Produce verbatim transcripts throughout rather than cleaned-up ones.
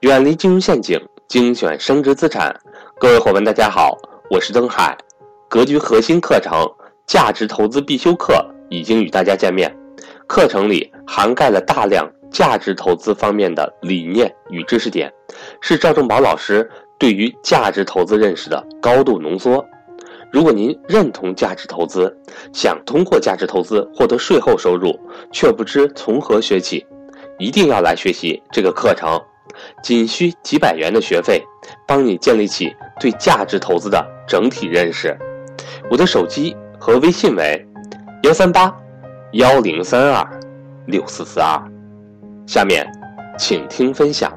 远离金融陷阱，精选升值资产。各位伙伴大家好，我是登海。格局核心课程价值投资必修课已经与大家见面，课程里涵盖了大量价值投资方面的理念与知识点，是赵正宝老师对于价值投资认识的高度浓缩。如果您认同价值投资，想通过价值投资获得税后收入，却不知从何学起，一定要来学习这个课程，仅需几百元的学费，帮你建立起对价值投资的整体认识。我的手机和微信为幺三八幺零三二六四四二。下面请听分享。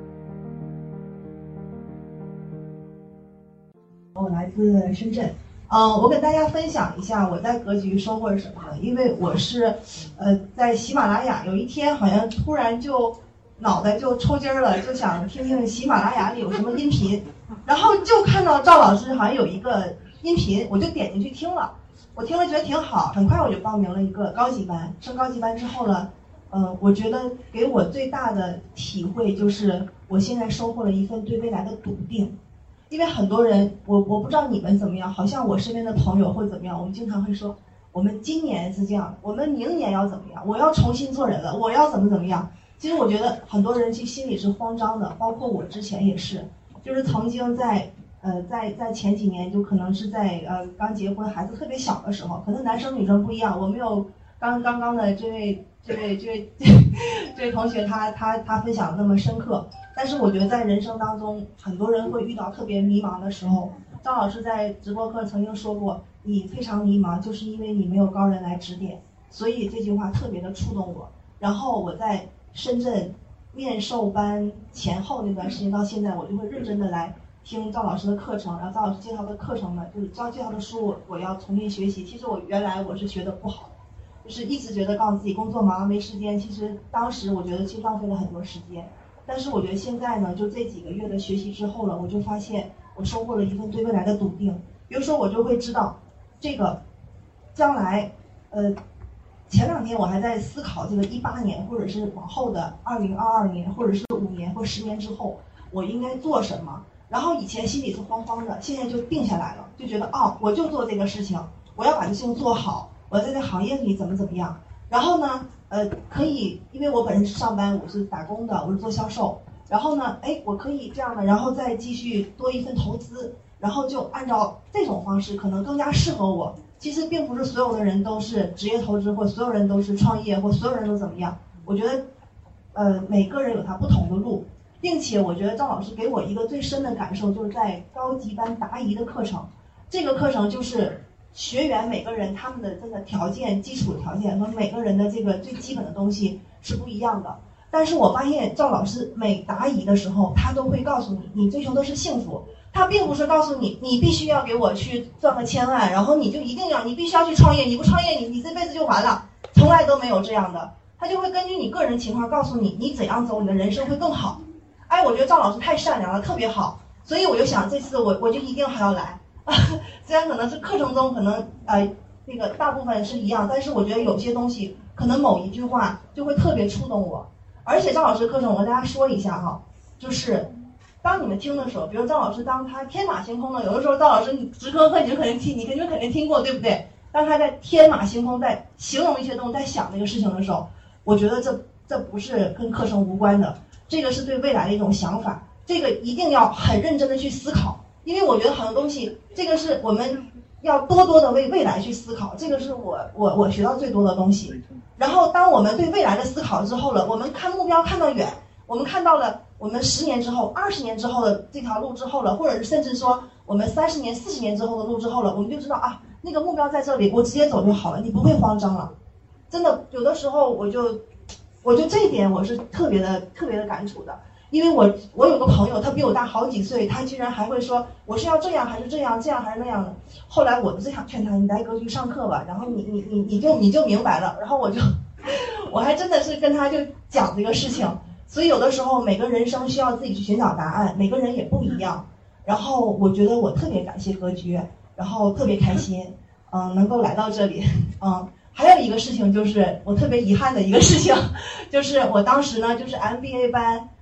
我来自深圳，呃，我给大家分享一下我在格局收获是什么呢？因为我是，呃，在喜马拉雅有一天好像突然就脑袋就抽筋了，就想听听喜马拉雅里有什么音频，然后就看到赵老师好像有一个音频，我就点进去听了，我听了觉得挺好，很快我就报名了一个高级班。升高级班之后呢，呃，我觉得给我最大的体会就是我现在收获了一份对未来的笃定。因为很多人，我我不知道你们怎么样，好像我身边的朋友会怎么样，我们经常会说，我们今年是这样，我们明年要怎么样，我要重新做人了，我要怎么怎么样。其实我觉得很多人其实心里是慌张的，包括我之前也是，就是曾经在呃在在前几年，就可能是在呃刚结婚孩子特别小的时候，可能男生女生不一样，我没有刚刚刚的这位这位这位这位同学他他他分享的那么深刻。但是我觉得在人生当中，很多人会遇到特别迷茫的时候。张老师在直播课曾经说过，你非常迷茫，就是因为你没有高人来指点，所以这句话特别的触动我。然后我在深圳面授班前后那段时间到现在，我就会认真的来听赵老师的课程，然后赵老师介绍的课程呢，就是赵介绍的书，我要重新学习。其实我原来我是学的不好的，就是一直觉得告诉自己工作忙没时间，其实当时我觉得其实浪费了很多时间。但是我觉得现在呢，就这几个月的学习之后了，我就发现我收获了一份对未来的笃定。比如说我就会知道这个将来呃前两天我还在思考这个一八年或者是往后的二零二二年或者是五年或十年之后我应该做什么。然后以前心里是慌慌的，现在就定下来了，就觉得哦，我就做这个事情，我要把这事情做好，我要在这个行业里怎么怎么样。然后呢呃，可以，因为我本身是上班，我是打工的，我是做销售。然后呢，哎，我可以这样的，然后再继续多一份投资，然后就按照这种方式，可能更加适合我。其实并不是所有的人都是职业投资，或所有人都是创业，或所有人都怎么样。我觉得，呃，每个人有他不同的路，并且我觉得赵老师给我一个最深的感受，就是在高级班答疑的课程，这个课程就是。学员每个人他们的这个条件基础条件和每个人的这个最基本的东西是不一样的，但是我发现赵老师每答疑的时候他都会告诉你，你追求的是幸福，他并不是告诉你你必须要给我去赚个千万，然后你就一定要你必须要去创业，你不创业你你这辈子就完了，从来都没有这样的。他就会根据你个人情况告诉你你怎样走你的人生会更好。哎，我觉得赵老师太善良了，特别好，所以我就想这次我我就一定还要来。虽然可能是课程中可能呃那个大部分是一样，但是我觉得有些东西可能某一句话就会特别触动我。而且赵老师课程我跟大家说一下哈，就是当你们听的时候，比如赵老师当他天马行空的，有的时候赵老师直播课你就肯定听，你肯定肯定听过，对不对？当他在天马行空在形容一些东西，在想那个事情的时候，我觉得这这不是跟课程无关的，这个是对未来的一种想法，这个一定要很认真的去思考。因为我觉得很多东西，这个是我们要多多的为未来去思考，这个是我我我学到最多的东西。然后当我们对未来的思考之后了，我们看目标看到远，我们看到了我们十年之后、二十年之后的这条路之后了，或者是甚至说我们三十年、四十年之后的路之后了，我们就知道啊，那个目标在这里，我直接走就好了，你不会慌张了。真的，有的时候我就我就这一点我是特别的特别的感触的。因为我我有个朋友，他比我大好几岁，他居然还会说我是要这样还是这样，这样还是那样的。后来我就这样劝他，你来格局上课吧，然后你你你你就你就明白了。然后我就我还真的是跟他就讲这个事情。所以有的时候每个人生需要自己去寻找答案，每个人也不一样。然后我觉得我特别感谢格局，然后特别开心，嗯，能够来到这里，嗯。还有一个事情就是我特别遗憾的一个事情，就是我当时呢就是 M B A 班。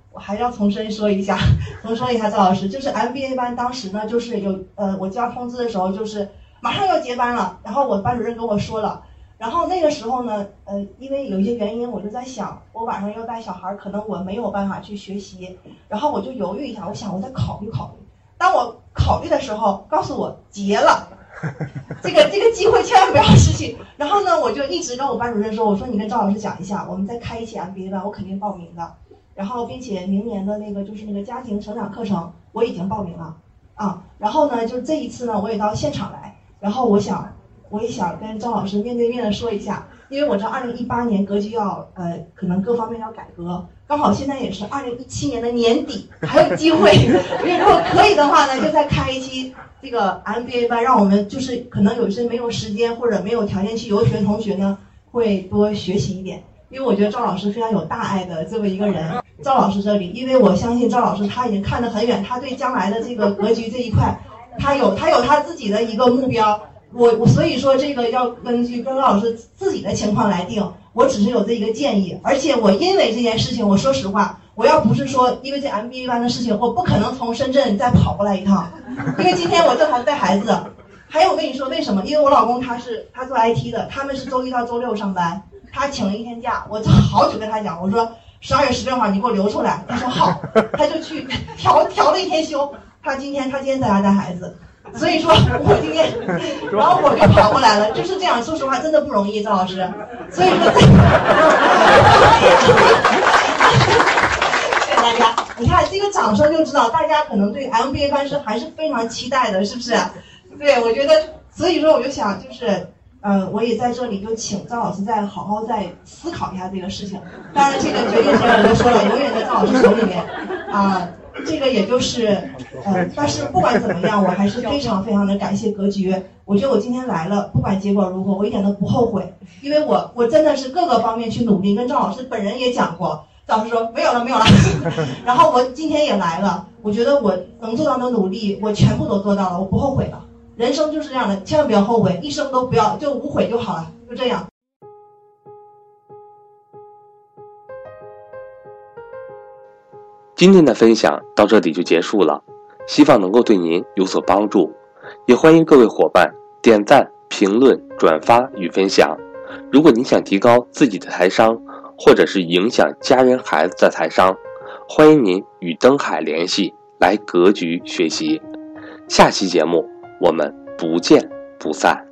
我还要重申说一下，重说一下赵老师，就是 M B A 班当时呢，就是有呃，我交通知的时候，就是马上要结班了，然后我班主任跟我说了，然后那个时候呢，呃，因为有一些原因，我就在想，我晚上要带小孩，可能我没有办法去学习，然后我就犹豫一下，我想我再考虑考虑。当我考虑的时候，告诉我结了，这个这个机会千万不要失去。然后呢，我就一直跟我班主任说，我说你跟赵老师讲一下，我们再开一期 M B A 班，我肯定报名的。然后，并且明年的那个就是那个家庭成长课程，我已经报名了啊。然后呢，就这一次呢，我也到现场来。然后我想，我也想跟赵老师面对面的说一下，因为我知道二零一八年格局要呃，可能各方面要改革，刚好现在也是二零一七年的年底，还有机会。因为如果可以的话呢，就再开一期这个 M B A 班，让我们就是可能有一些没有时间或者没有条件去游学的同学呢，会多学习一点。因为我觉得赵老师非常有大爱的这么一个人，赵老师这里，因为我相信赵老师他已经看得很远，他对将来的这个格局这一块，他有他有他自己的一个目标。我我所以说这个要根据跟赵老师自己的情况来定，我只是有这一个建议。而且我因为这件事情，我说实话，我要不是说因为这 M B A 班的事情，我不可能从深圳再跑过来一趟，因为今天我正还带孩子。还有我跟你说为什么？因为我老公他是他做 I T 的，他们是周一到周六上班。他请了一天假，我好久跟他讲，我说十二月十六号你给我留出来，他说好，他就去调调了一天休。他今天他今天在家带孩子，所以说我今天，然后我就跑过来了，就是这样。说实话，真的不容易，赵老师。所以说，谢谢大家。你看这个掌声就知道，大家可能对 M B A 班是还是非常期待的，是不是？对，我觉得，所以说我就想就是。呃，我也在这里就请赵老师再好好再思考一下这个事情。当然，这个决定权我就说了，永远在赵老师手里面啊、呃。这个也就是呃，但是不管怎么样，我还是非常非常的感谢格局。我觉得我今天来了，不管结果如何，我一点都不后悔，因为我我真的是各个方面去努力，跟赵老师本人也讲过。赵老师说没有了，没有了。然后我今天也来了，我觉得我能做到的努力，我全部都做到了，我不后悔了。人生就是这样的，千万不要后悔，一生都不要，就无悔就好了，就这样。 今天的分享到这里就结束了，希望能够对您有所帮助，也欢迎各位伙伴点赞、评论、转发与分享。如果您想提高自己的财商，或者是影响家人孩子的财商，欢迎您与登海联系，来格局学习。下期节目我们不见不散。